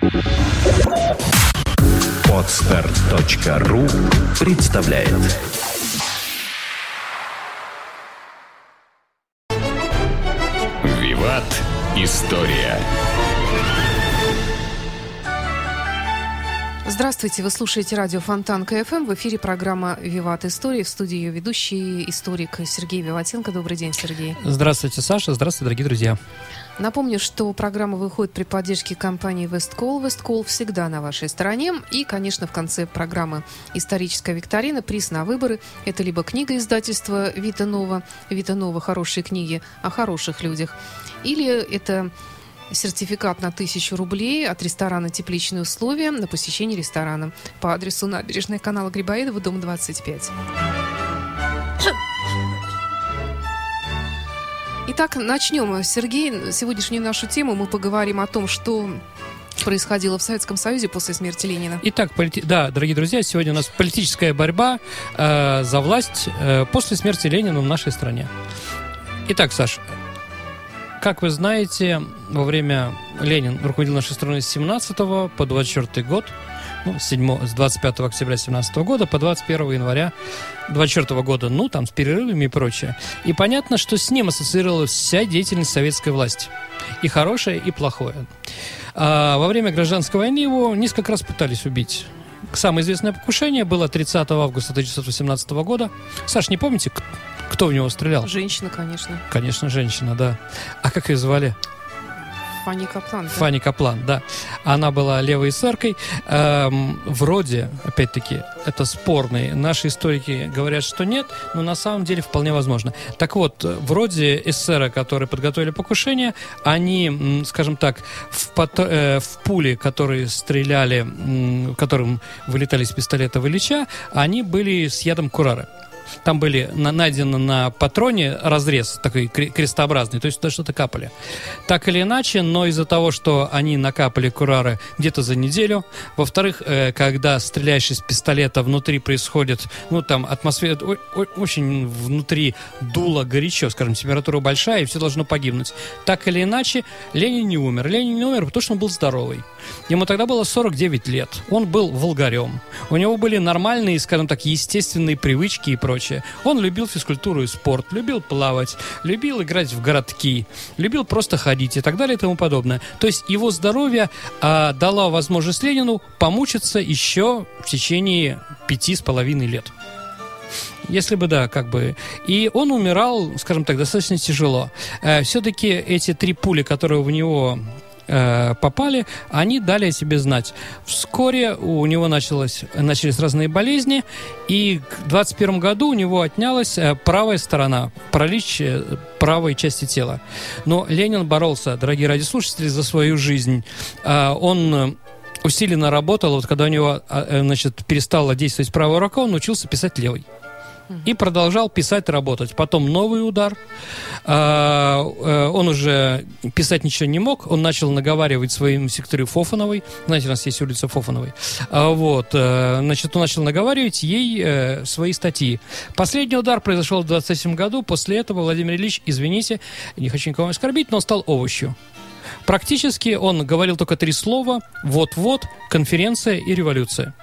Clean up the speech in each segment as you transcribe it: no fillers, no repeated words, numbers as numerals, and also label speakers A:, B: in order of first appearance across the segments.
A: Podster.ru представляет. Виват. История.
B: Здравствуйте, вы слушаете радио Фонтан КФМ. В эфире программа «Виват. История». В студии ее ведущий историк Сергей Виватенко. Добрый день, Сергей.
C: Здравствуйте, Саша. Здравствуйте, дорогие друзья.
B: Напомню, что программа выходит при поддержке компании «Весткол». «Весткол» всегда на вашей стороне. И, конечно, в конце программы «Историческая викторина». Приз на выборы. Это либо книга издательства «Вита Нова». «Вита Нова» — хорошие книги о хороших людях. Или это сертификат на 1000 рублей от ресторана «Тепличные условия» на посещение ресторана по адресу набережная канала Грибоедова, дом 25. Итак, начнем. Сергей, сегодняшнюю нашу тему мы поговорим о том, что происходило в Советском Союзе после смерти Ленина.
C: Итак, да, дорогие друзья, сегодня у нас политическая борьба за власть после смерти Ленина в нашей стране. Итак, Саш, как вы знаете, во время Ленин руководил нашей страной с 17 по 24 год, с 25 октября 17 года по 21 января 24 года, там с перерывами и прочее. И понятно, что с ним ассоциировалась вся деятельность советской власти. И хорошее, и плохое. Во время гражданской войны его несколько раз пытались убить. Самое известное покушение было 30 августа 1918 года. Саш, не помните, кто в него стрелял?
B: Женщина, конечно.
C: Конечно, женщина, да. А как ее звали?
B: Фанни Каплан. Да?
C: Фанни Каплан, да. Она была левой эсеркой. Вроде, опять-таки, это спорный. Наши историки говорят, что нет, но на самом деле вполне возможно. Так вот, вроде эсера, которые подготовили покушение, они, скажем так, в пули, которые стреляли, которым вылетали из пистолета Ильича, они были с ядом курары. Там были найдены на патроне разрез такой крестообразный, то есть туда что-то капали. Так или иначе, но из-за того, что они накапали курары где-то за неделю, во-вторых, когда стреляешь из пистолета, внутри происходит, там атмосфера, очень внутри дуло горячо, скажем, температура большая, и все должно погибнуть. Так или иначе, Ленин не умер. Ленин не умер, потому что он был здоровый. Ему тогда было 49 лет. Он был волгарем. У него были нормальные, скажем так, естественные привычки и прочее. Он любил физкультуру и спорт, любил плавать, любил играть в городки, любил просто ходить и так далее и тому подобное. То есть его здоровье дало возможность Ленину помучиться еще в течение 5,5 лет. Если бы, да, И он умирал, скажем так, достаточно тяжело. Все-таки эти 3 пули, которые в него попали, они дали о себе знать. Вскоре у него начались разные болезни, и к 21 году у него отнялась правая сторона, паралич правой части тела. Но Ленин боролся, дорогие радиослушатели, за свою жизнь. Он усиленно работал, когда у него, перестала действовать правая рука, он научился писать левой. И продолжал писать, работать. Потом новый удар. Он уже писать ничего не мог. Он начал наговаривать своему секретарю Фофановой. Знаете, у нас есть улица Фофановой. Он начал наговаривать ей свои статьи. Последний удар произошел в 1927 году. После этого Владимир Ильич, извините, не хочу никого оскорбить, но он стал овощью. Практически он говорил только 3 слова: вот-вот, конференция и революция.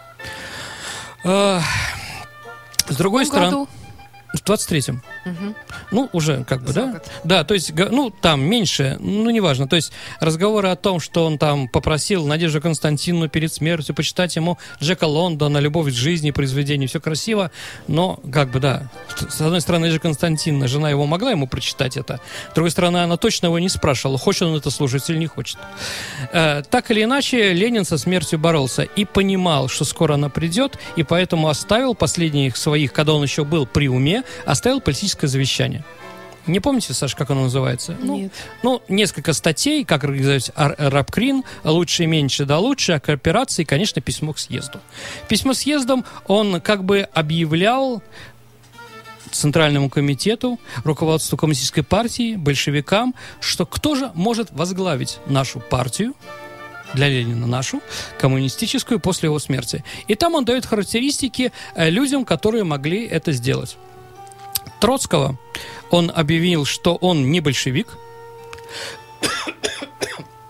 C: С другой стороны, в 23-м. Угу. Уже да? Год. Да, то есть, там меньше, неважно. То есть, разговоры о том, что он там попросил Надежду Константиновну перед смертью почитать ему Джека Лондона, «Любовь к жизни», произведение, все красиво, но, да. С одной стороны, Надежда Константиновна, жена его, могла ему прочитать это. С другой стороны, она точно его не спрашивала, хочет он это слушать или не хочет. Так или иначе, Ленин со смертью боролся и понимал, что скоро она придет, и поэтому оставил последних своих, когда он еще был при уме, оставил политическое завещание. Не помните, Саша, как оно называется?
B: Нет.
C: Несколько статей, как организовать рабкрин, лучше и меньше да лучше, о кооперации, и, конечно, письмо к съезду. Письмо съездом он объявлял Центральному комитету, руководству коммунистической партии, большевикам, что кто же может возглавить нашу партию, для Ленина нашу, коммунистическую, после его смерти. И там он дает характеристики людям, которые могли это сделать. Троцкого он объявил, что он не большевик.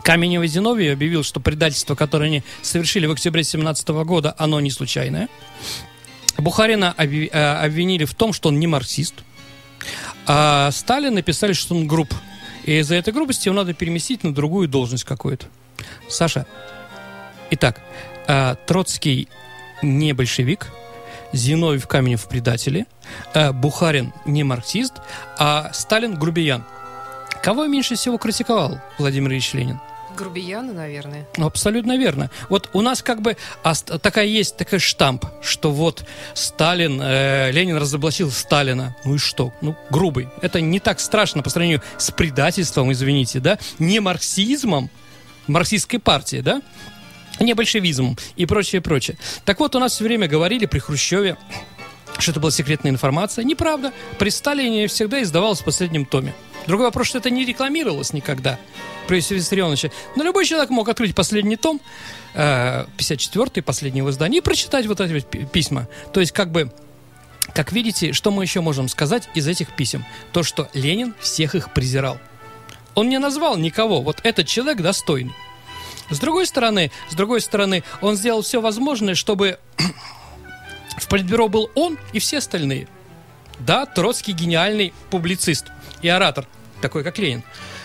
C: Каменев и Зиновьев объявил, что предательство, которое они совершили в октябре 1917 года, оно не случайное. Бухарина обвинили в том, что он не марксист. А Сталин написали, что он груб. И из-за этой грубости его надо переместить на другую должность какую-то. Саша, итак, Троцкий не большевик, Зиновьев, Каменев предатели, Бухарин не марксист, а Сталин грубиян. Кого меньше всего критиковал Владимир Ильич Ленин?
B: Грубияны, наверное.
C: Абсолютно верно. Вот у нас как бы есть такой штамп, что вот Сталин, Ленин разоблачил Сталина. Ну и что? Ну, грубый. Это не так страшно по сравнению с предательством, извините, да? Не марксизмом, марксистской партии, да? Не большевизмом и прочее, прочее. Так вот, у нас все время говорили при Хрущеве, что это была секретная информация. Неправда. При Сталине всегда издавалось в последнем томе. Другой вопрос, что это не рекламировалось никогда при Иосифе Виссарионовиче. Но любой человек мог открыть последний том, 54-й, последнего издания, и прочитать вот эти письма. То есть, как видите, что мы еще можем сказать из этих писем? То, что Ленин всех их презирал. Он не назвал никого. Вот этот человек достойный. С другой стороны, он сделал все возможное, чтобы в Политбюро был он и все остальные. Да, Троцкий гениальный публицист и оратор, такой как Ленин.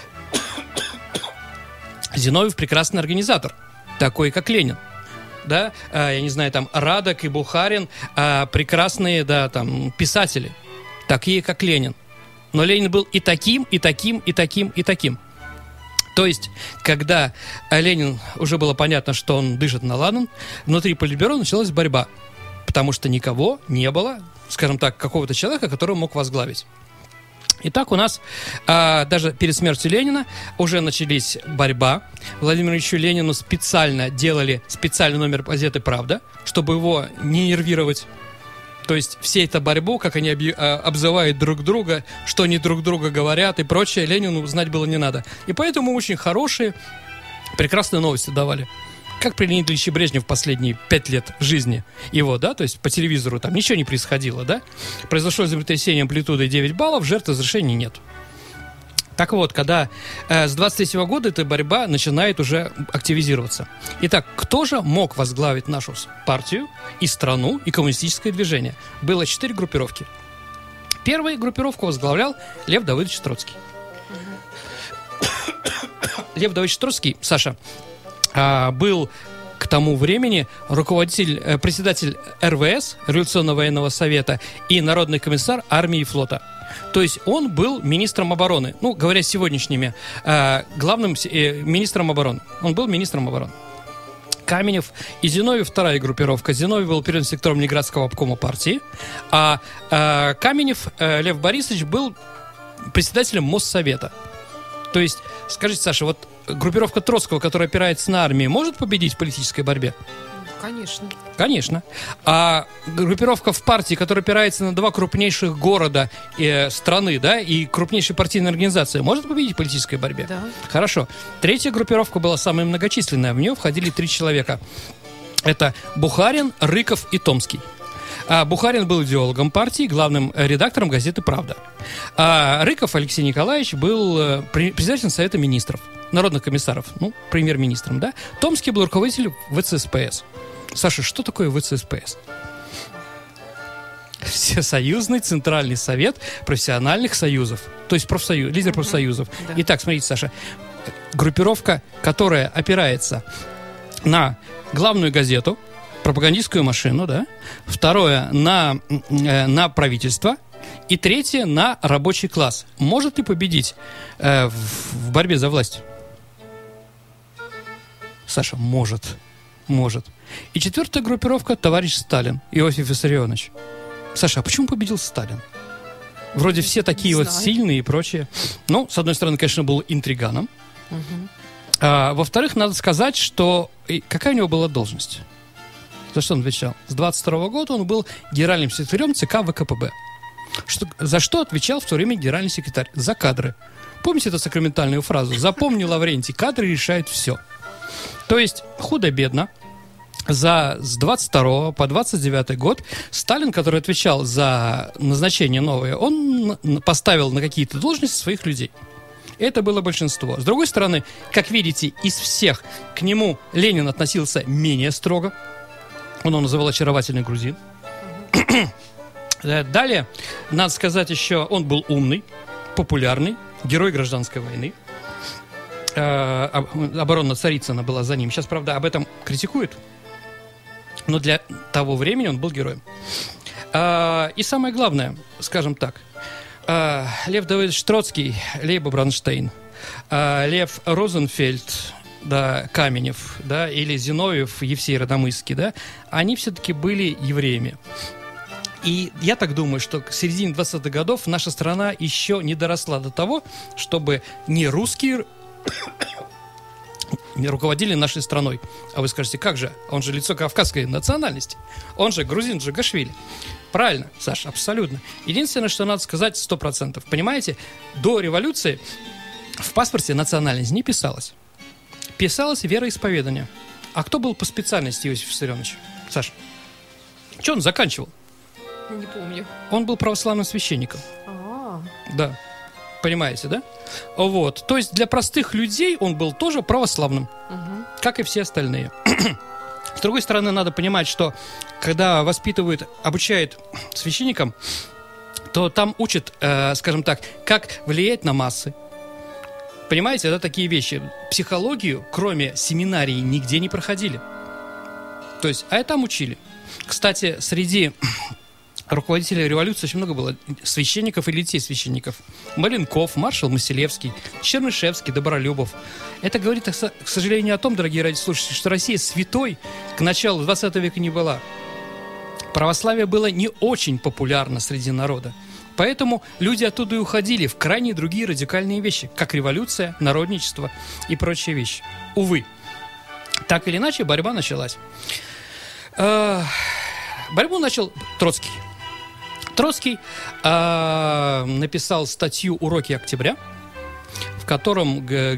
C: Зиновьев прекрасный организатор, такой как Ленин. Да, я не знаю, там Радок и Бухарин прекрасные, да, там писатели, такие как Ленин. Но Ленин был и таким, и таким, и таким, и таким. То есть, когда Ленин уже было понятно, что он дышит на ладан, внутри Политбюро началась борьба, потому что никого не было, скажем так, какого-то человека, который мог возглавить. Итак, у нас даже перед смертью Ленина уже начались борьба. Владимиру Ильичу Ленину делали специальный номер газеты «Правда», чтобы его не нервировать. То есть все эту борьбу, как они обзывают друг друга, что они друг друга говорят и прочее, Ленину знать было не надо. И поэтому очень хорошие, прекрасные новости давали. Как при Леониде Ильиче Брежневе в последние 5 лет жизни его, да, то есть по телевизору там ничего не происходило, да. Произошло землетрясение амплитудой 9 баллов, жертв разрушений нет. Так вот, когда с 23-го года эта борьба начинает уже активизироваться. Итак, кто же мог возглавить нашу партию и страну, и коммунистическое движение? Было 4 группировки. Первую группировку возглавлял Лев Давыдович Троцкий. Лев Давыдович Троцкий, Саша, был к тому времени председатель РВС, Революционного военного совета, и народный комиссар армии и флота. То есть он был министром обороны, ну, говоря сегодняшними, главным министром обороны. Он был министром обороны. Каменев и Зиновьев, вторая группировка. Зиновьев был первым сектором Ленинградского обкома партии, а Каменев Лев Борисович был председателем Моссовета. То есть, скажите, Саша, вот группировка Троцкого, которая опирается на армию, может победить в политической борьбе?
B: Конечно.
C: Конечно. А группировка в партии, которая опирается на 2 крупнейших города страны, да, и крупнейшие партийные организации, может победить в политической борьбе?
B: Да.
C: Хорошо. Третья группировка была самая многочисленная. В нее входили 3 человека. Это Бухарин, Рыков и Томский. Бухарин был идеологом партии, главным редактором газеты «Правда». А Рыков Алексей Николаевич был председателем Совета министров, народных комиссаров, ну, премьер-министром, да. Томский был руководителем ВЦСПС. Саша, что такое ВЦСПС? Всесоюзный Центральный Совет профессиональных союзов. То есть лидер профсоюзов. Да. Итак, смотрите, Саша. Группировка, которая опирается на главную газету, пропагандистскую машину, да. Второе, на правительство. И третье, на рабочий класс. Может ли победить в борьбе за власть? Саша, может. И 4-я группировка — товарищ Сталин, Иосиф Виссарионович. Саша, а почему победил Сталин? Вроде все такие вот сильные и прочее. Ну, с одной стороны, конечно, был интриганом. Во-вторых, надо сказать, что... Какая у него была должность? За что он отвечал? С 22 года он был генеральным секретарем ЦК ВКПБ. За что отвечал в то время генеральный секретарь? За кадры. Помните эту сакраментальную фразу? Запомни, Лаврентий, кадры решают все. То есть, худо-бедно, с 22 по 29 год Сталин, который отвечал за назначение новое, он поставил на какие-то должности своих людей. Это было большинство. С другой стороны, как видите, из всех к нему Ленин относился менее строго. Он его называл очаровательный грузин. Далее, надо сказать еще, он был умный, популярный, герой гражданской войны. Оборона Царицына была за ним. Сейчас, правда, об этом критикуют. Но для того времени он был героем. И самое главное, скажем так, Лев Давыдович Троцкий, Лейба Бронштейн, Лев Розенфельд, да, Каменев, да, или Зиновьев, Евсей Радомыский, да, они все-таки были евреями. И я так думаю, что к середине 20-х годов наша страна еще не доросла до того, чтобы не русские не руководили нашей страной. А вы скажете, как же? Он же лицо кавказской национальности. Он же грузин Джигашвили. Правильно, Саша, абсолютно. Единственное, что надо сказать 100%. Понимаете, до революции в паспорте национальность не писалась. Писалось вероисповедание. А кто был по специальности Иосиф Виссарионович? Саша, что он заканчивал?
B: Не помню.
C: Он был православным священником. Да. Понимаете, да? Вот. То есть для простых людей он был тоже православным, как и все остальные. С другой стороны, надо понимать, что когда воспитывают, обучают священникам, то там учат, скажем так, как влиять на массы. Понимаете, да, такие вещи. Психологию, кроме семинарии, нигде не проходили. То есть, а там учили. Кстати, среди руководителей революции очень много было священников и детей священников. Маленков, маршал Моселевский, Чернышевский, Добролюбов. Это говорит, к сожалению, о том, дорогие радиослушатели, что Россия святой к началу 20 века не была. Православие было не очень популярно среди народа. Поэтому люди оттуда и уходили в крайне другие радикальные вещи, как революция, народничество и прочие вещи. Увы, так или иначе, борьба началась. Борьбу начал Троцкий. Троцкий написал статью «Уроки октября», в котором к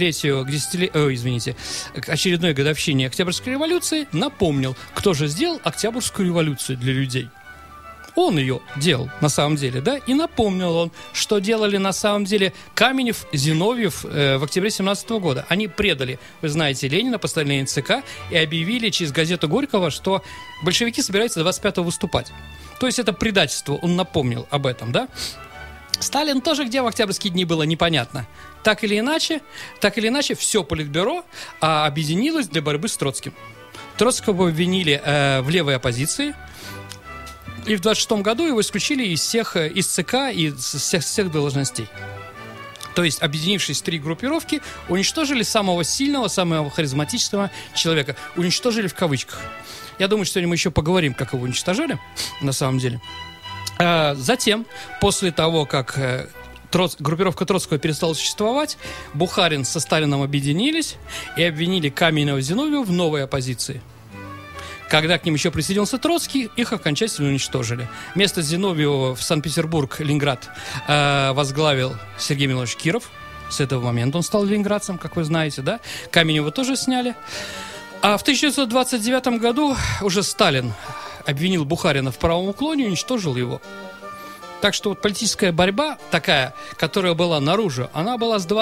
C: очередной годовщине Октябрьской революции напомнил, кто же сделал Октябрьскую революцию для людей. Он ее делал, на самом деле, да, и напомнил он, что делали на самом деле Каменев, Зиновьев в октябре 17 года. Они предали, вы знаете, Ленина, постановление ЦК и объявили через газету Горького, что большевики собираются 25-го выступать. То есть это предательство, он напомнил об этом, да. Сталин тоже где в октябрьские дни было непонятно. Так или иначе, все политбюро объединилось для борьбы с Троцким. Троцкого обвинили в левой оппозиции. И в 26 году его исключили из ЦК и из всех должностей. То есть, объединившись три группировки, уничтожили самого сильного, самого харизматичного человека. Уничтожили в кавычках. Я думаю, что мы еще поговорим, как его уничтожали, на самом деле. Затем, после того, как группировка Троцкого перестала существовать, Бухарин со Сталином объединились и обвинили Каменева и Зиновьева в новой оппозиции. Когда к ним еще присоединился Троцкий, их окончательно уничтожили. Вместо Зиновьева в Санкт-Петербург, Ленинград возглавил Сергей Милович Киров. С этого момента он стал ленинградцем, как вы знаете, да? Каменева тоже сняли. А в 1929 году уже Сталин обвинил Бухарина в правом уклоне и уничтожил его. Так что вот политическая борьба такая, которая была наружу, она была с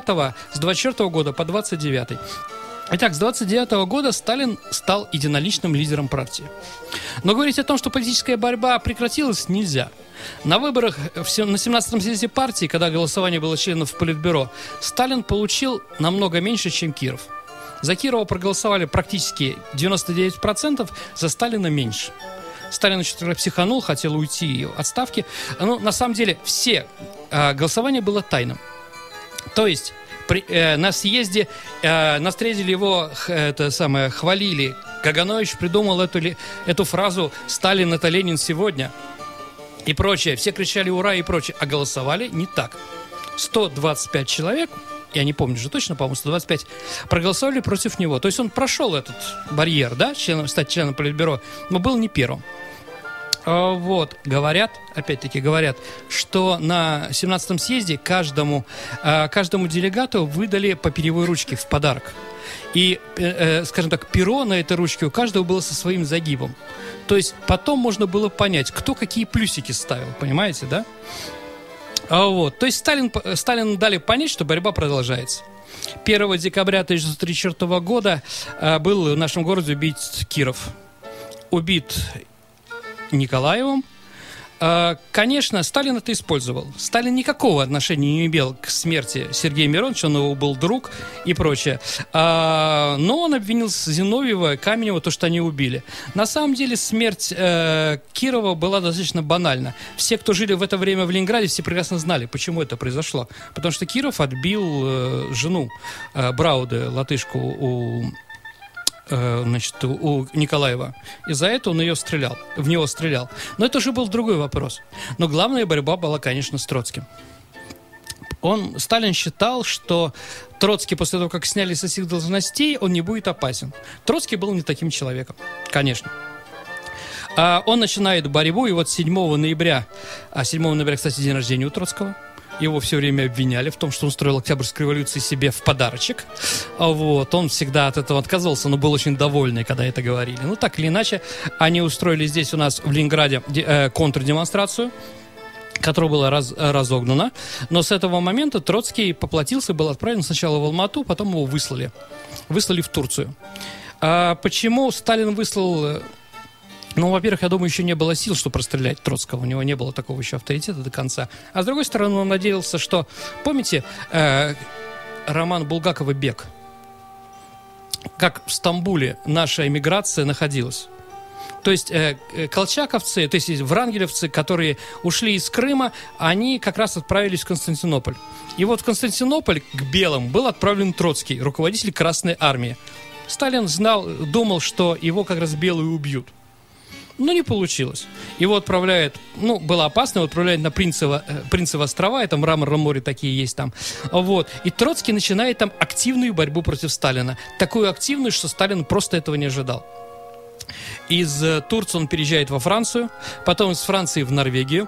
C: 24 года по 29. Итак, с 29 года Сталин стал единоличным лидером партии. Но говорить о том, что политическая борьба прекратилась, нельзя. На выборах на 17-м съезде партии, когда голосование было членов Политбюро, Сталин получил намного меньше, чем Киров. За Кирова проголосовали практически 99%, за Сталина меньше. Сталин еще тогда психанул, хотел уйти от отставки. Но на самом деле голосование было тайным. То есть на съезде встретили его, хвалили. Каганович придумал эту фразу «Сталин – это Ленин сегодня» и прочее. Все кричали «Ура!» и прочее. А голосовали не так. 125 человек, я не помню же точно, по-моему, 125, проголосовали против него. То есть он прошел этот барьер, да, стать членом Политбюро, но был не первым. Вот, опять-таки говорят, что на 17-м съезде каждому делегату выдали по перьевой ручке в подарок. И, скажем так, перо на этой ручке у каждого было со своим загибом. То есть потом можно было понять, кто какие плюсики ставил, понимаете, да? То есть Сталину дали понять, что борьба продолжается. 1 декабря 1934 года был в нашем городе убит Киров. Убит Николаевым. Конечно, Сталин это использовал. Сталин никакого отношения не имел к смерти Сергея Мироновича, он его был друг и прочее. Но он обвинил Зиновьева, Каменева, то, что они убили. На самом деле смерть Кирова была достаточно банальна. Все, кто жили в это время в Ленинграде, все прекрасно знали, почему это произошло. Потому что Киров отбил жену Брауде, латышку, у Николаева. И за это он в него стрелял. Но это уже был другой вопрос. Но главная борьба была, конечно, с Троцким. Сталин считал, что Троцкий, после того, как сняли со всех должностей, он не будет опасен. Троцкий был не таким человеком, конечно. Он начинает борьбу, и вот 7 ноября, кстати, день рождения у Троцкого, его все время обвиняли в том, что он устроил Октябрьскую революцию себе в подарочек. Он всегда от этого отказывался, но был очень довольный, когда это говорили. Так или иначе, они устроили здесь у нас в Ленинграде контрдемонстрацию, которая была разогнана. Но с этого момента Троцкий поплатился, был отправлен сначала в Алмату, потом его выслали. Выслали в Турцию. Почему Сталин выслал... во-первых, я думаю, еще не было сил, чтобы расстрелять Троцкого. У него не было такого еще авторитета до конца. А с другой стороны, он надеялся, что... Помните роман Булгакова «Бег»? Как в Стамбуле наша эмиграция находилась. То есть колчаковцы, то есть врангелевцы, которые ушли из Крыма, они как раз отправились в Константинополь. И вот в Константинополь к белым был отправлен Троцкий, руководитель Красной Армии. Сталин думал, что его как раз белые убьют. Но не получилось. Его отправляют, было опасно, его отправляют на Принцево острова, это в Мраморном море такие есть там. И Троцкий начинает там активную борьбу против Сталина. Такую активную, что Сталин просто этого не ожидал. Из Турции он переезжает во Францию, потом из Франции в Норвегию,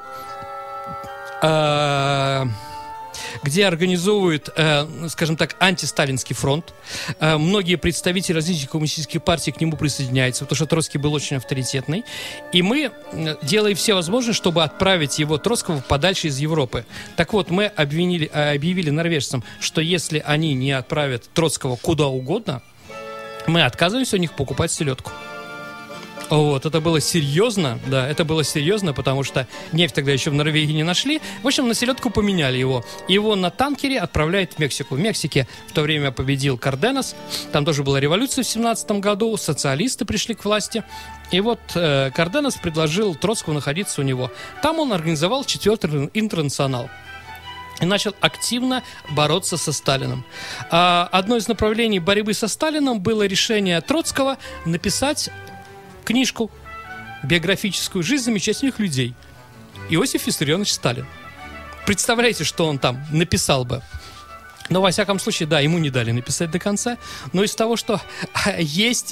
C: где организовывают, скажем так, антисталинский фронт. Многие представители различных коммунистических партий к нему присоединяются, потому что Троцкий был очень авторитетный. И мы делаем все возможное, чтобы отправить его, Троцкого, подальше из Европы. Так вот, мы объявили норвежцам, что если они не отправят Троцкого куда угодно, мы отказываемся у них покупать селедку. Это было серьезно, потому что нефть тогда еще в Норвегии не нашли. В общем, на селедку поменяли его. Его на танкере отправляют в Мексику. В Мексике в то время победил Карденас. Там тоже была революция в 1917 году. Социалисты пришли к власти. И Карденас предложил Троцкому находиться у него. Там он организовал 4-й интернационал. И начал активно бороться со Сталином. Одно из направлений борьбы со Сталином было решение Троцкого написать книжку биографическую «Жизнь замечательных людей». Иосиф Виссарионович Сталин. Представляете, что он там написал бы? Но, во всяком случае, ему не дали написать до конца. Но из того, что есть,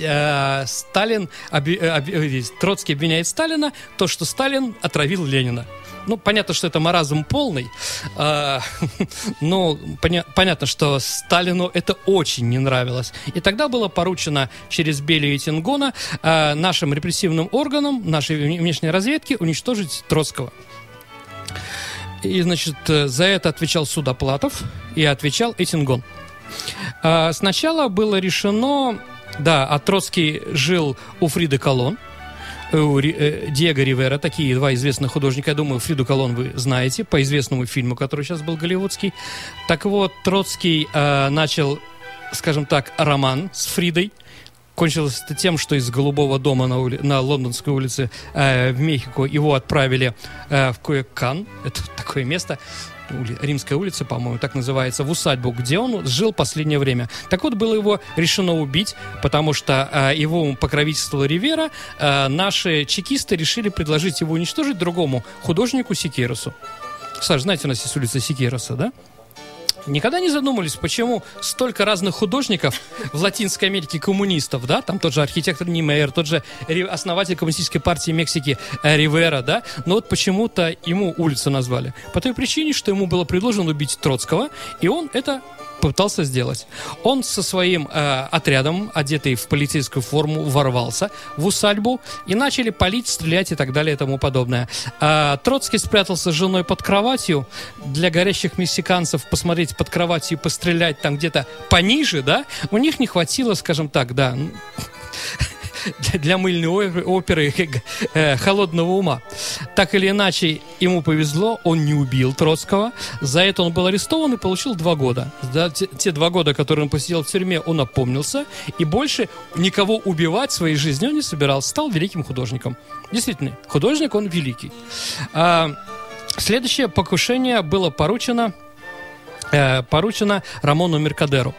C: Троцкий обвиняет Сталина, то, что Сталин отравил Ленина. Понятно, что это маразм полный, но понятно, что Сталину это очень не нравилось. И тогда было поручено через Белию и Тенгона нашим репрессивным органам, нашей внешней разведке уничтожить Троцкого. И, за это отвечал Судоплатов и отвечал Этингон. Сначала было решено, Троцкий жил у Фриды Каллон, у Диего Ривера, такие 2 известных художника. Я думаю, Фриду Каллон вы знаете по известному фильму, который сейчас был голливудский. Так вот, Троцкий начал, скажем так, роман с Фридой. Кончилось это тем, что из Голубого дома на Лондонской улице в Мехико его отправили в Куэккан. Это такое место, Римская улица, по-моему, так называется, в усадьбу, где он жил последнее время. Так вот, было его решено убить, потому что его покровительствовал Ривера. Наши чекисты решили предложить его уничтожить другому художнику Сикейросу. Саш, знаете, у нас есть улица Сикейроса, да? Никогда не задумывались, почему столько разных художников в Латинской Америке коммунистов, да? Там тот же архитектор Нимейер, тот же основатель коммунистической партии Мексики Ривера, да? Но почему-то ему улицу назвали. По той причине, что ему было предложено убить Троцкого, и он это пытался сделать. Он со своим отрядом, одетый в полицейскую форму, ворвался в усадьбу и начали палить, стрелять и так далее и тому подобное. Троцкий спрятался с женой под кроватью. Для горящих мексиканцев посмотреть под кроватью и пострелять там где-то пониже, да, у них не хватило, скажем так, да, для мыльной оперы холодного ума. Так или иначе, ему повезло, он не убил Троцкого. За это он был арестован и получил 2 года. За те 2 года, которые он посидел в тюрьме, он опомнился и больше никого убивать в своей жизни он не собирался. Стал великим художником. Действительно, художник он великий. Следующее покушение было поручено Рамону Меркадеру.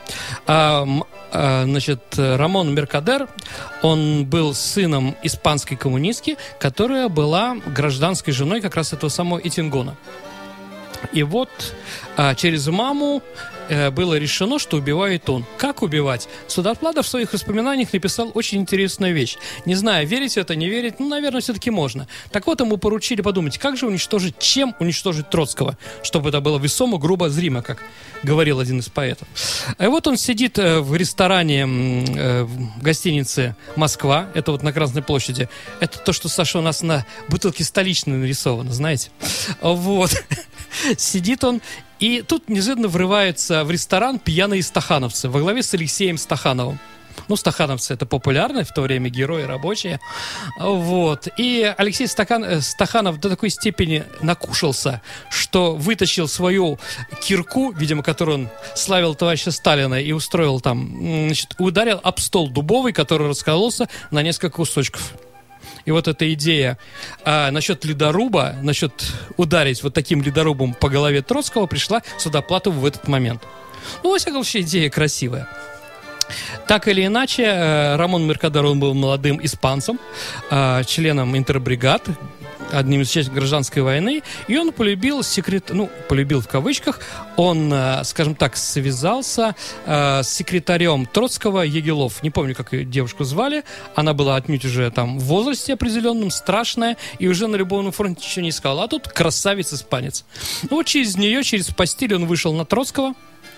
C: Значит, Рамон Меркадер, он был сыном испанской коммунистки, которая была гражданской женой как раз этого самого Итингона. И вот через маму было решено, что убивает он. Как убивать? Судоплатов в своих воспоминаниях написал очень интересную вещь. Не знаю, верить это, не верить, ну, наверное, все-таки можно. Так вот, ему поручили подумать, как же уничтожить, чем уничтожить Троцкого, чтобы это было весомо, грубо, зримо, как говорил один из поэтов. И вот он сидит в ресторане в гостинице «Москва», это вот на Красной площади. Это то, что, Саша, у нас на бутылке столичной нарисовано, знаете. Вот. Сидит он, и тут неожиданно врываются в ресторан пьяные стахановцы во главе с Алексеем Стахановым. Ну, стахановцы — это популярные в то время герои рабочие. Вот. И Алексей Стаханов до такой степени накушался, что вытащил свою кирку, видимо, которую он славил товарища Сталина, и устроил там, значит, ударил об стол дубовый, который раскололся на несколько кусочков. И вот эта идея насчет ледоруба, насчет ударить вот таким ледорубом по голове Троцкого пришла Судоплатову в этот момент. Ну, во всяком случае, идея красивая. Так или иначе, Рамон Меркадер, он был молодым испанцем, членом интербригад, одним из участников гражданской войны, и он полюбил полюбил в кавычках, он, скажем так, связался с секретарем Троцкого Егелов. Не помню, как ее девушку звали, она была отнюдь уже там в возрасте определенном, страшная, и уже на любовном фронте ничего не искала, а тут красавец-испанец. Ну вот через нее, через постель он вышел на Троцкого.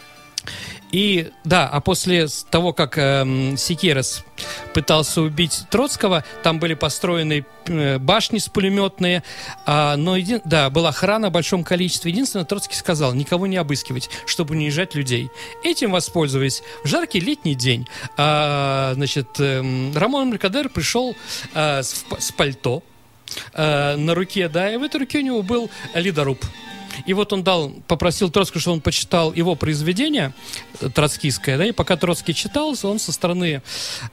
C: И да, а после того, как Сикерес пытался убить Троцкого, там были построены башни пулеметные, была охрана в большом количестве. Единственное, Троцкий сказал, никого не обыскивать, чтобы не уезжать людей. Этим воспользовались в жаркий летний день. Рамон Меркадер пришел с пальто на руке, да, и в этой руке у него был ледоруб. И вот он попросил Троцкого, чтобы он почитал его произведение троцкистское, да, и пока Троцкий читал, он со стороны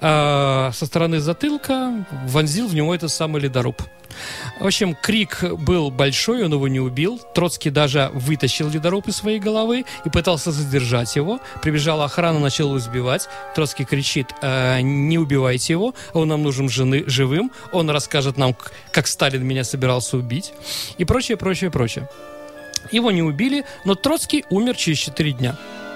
C: затылка вонзил в него этот самый ледоруб. В общем, крик был большой, он его не убил. Троцкий даже вытащил ледоруб из своей головы и пытался задержать его. Прибежала охрана, начала избивать. Троцкий кричит, не убивайте его, он нам нужен живым, он расскажет нам, как Сталин меня собирался убить, и прочее, прочее, прочее. Его не убили, но Троцкий умер через 4 дня.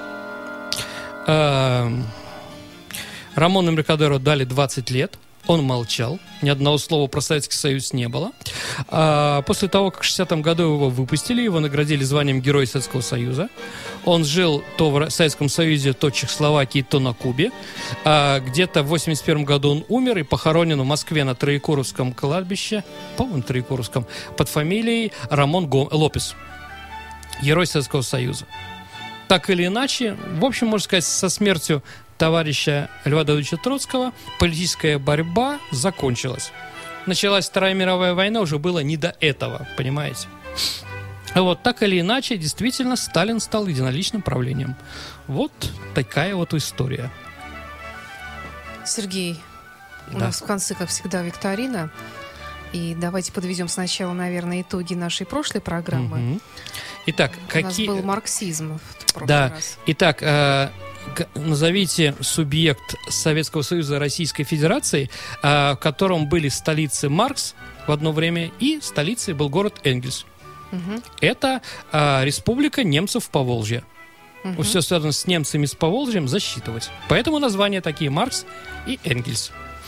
C: Рамону Меркадеру дали 20 лет. Он молчал. Ни одного слова про Советский Союз не было. После того, как в 60-м году его выпустили, его наградили званием Героя Советского Союза. Он жил то в Советском Союзе, то в Чехословакии, то на Кубе. Где-то в 81 году он умер и похоронен в Москве на Троекуровском кладбище, по-моему, Троекуровском, под фамилией Рамон Лопес. Герой Советского Союза. Так или иначе, в общем, можно сказать, со смертью товарища Льва Давыдовича Троцкого политическая борьба закончилась. Началась Вторая мировая война, уже было не до этого, понимаете? Вот так или иначе, действительно, Сталин стал единоличным правлением. Вот такая вот история.
B: Сергей, у нас в конце, как всегда, викторина. И давайте подведем сначала, наверное, итоги нашей прошлой программы.
C: Итак,
B: у нас был марксизм в прошлый раз.
C: Итак, назовите субъект Советского Союза Российской Федерации, в котором были столицы Маркс в одно время и столицей был город Энгельс. Это республика немцев в Поволжье. Все связано с немцами с Поволжьем засчитывать. Поэтому названия такие Маркс и Энгельс.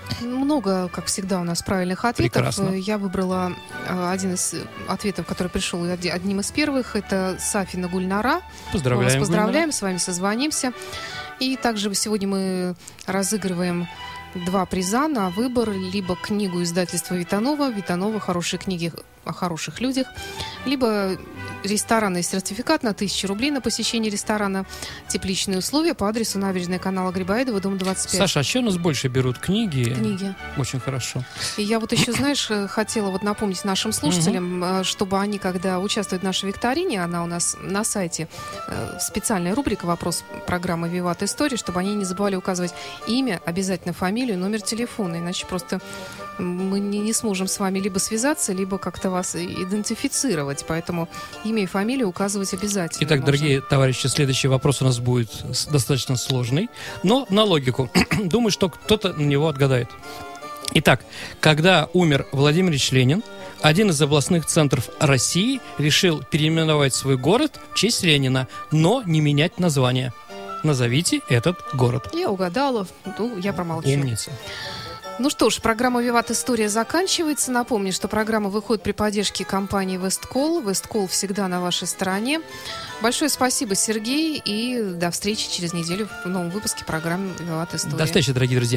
B: Много, как всегда, у нас правильных ответов.
C: Прекрасно.
B: Я выбрала один из ответов, который пришел одним из первых. Это Сафина Гульнара.
C: Поздравляем.
B: Мы вас поздравляем,
C: Гульнара.
B: с вами созвонимся. И также сегодня мы разыгрываем 2 приза на выбор. Либо книгу издательства Витанова. Витанова «Хорошие книги о хороших людях». Либо ресторанный сертификат на 1000 рублей на посещение ресторана. Тепличные условия по адресу набережная канала Грибоедова, дом 25.
C: Саша, а что у нас больше берут? Книги?
B: Книги.
C: Очень хорошо.
B: И я вот еще, знаешь, хотела вот напомнить нашим слушателям, чтобы они, когда участвуют в нашей викторине, она у нас на сайте, специальная рубрика «Вопрос» программы «Виват История», чтобы они не забывали указывать имя, обязательно фамилию, номер телефона, иначе просто мы не сможем с вами либо связаться, либо как-то вас идентифицировать. Поэтому имя и фамилию указывать обязательно.
C: Итак,
B: нужно.
C: дорогие товарищи, следующий вопрос у нас будет достаточно сложный, но на логику. Думаю, что кто-то на него отгадает. Итак, когда умер Владимир Ильич Ленин, один из областных центров России решил переименовать свой город в честь Ленина, но не менять название. Назовите этот город.
B: Я угадала, ну, я промолчу.
C: Умница.
B: Ну что ж, программа «Виват История» заканчивается. Напомню, что программа выходит при поддержке компании «Весткол». «Весткол» всегда на вашей стороне. Большое спасибо, Сергей, и до встречи через неделю в новом выпуске программы «Виват История».
C: До встречи, дорогие друзья.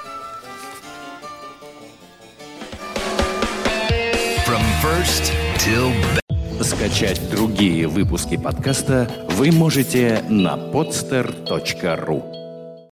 A: From first till back. Скачать другие выпуски подкаста вы можете на podster.ru.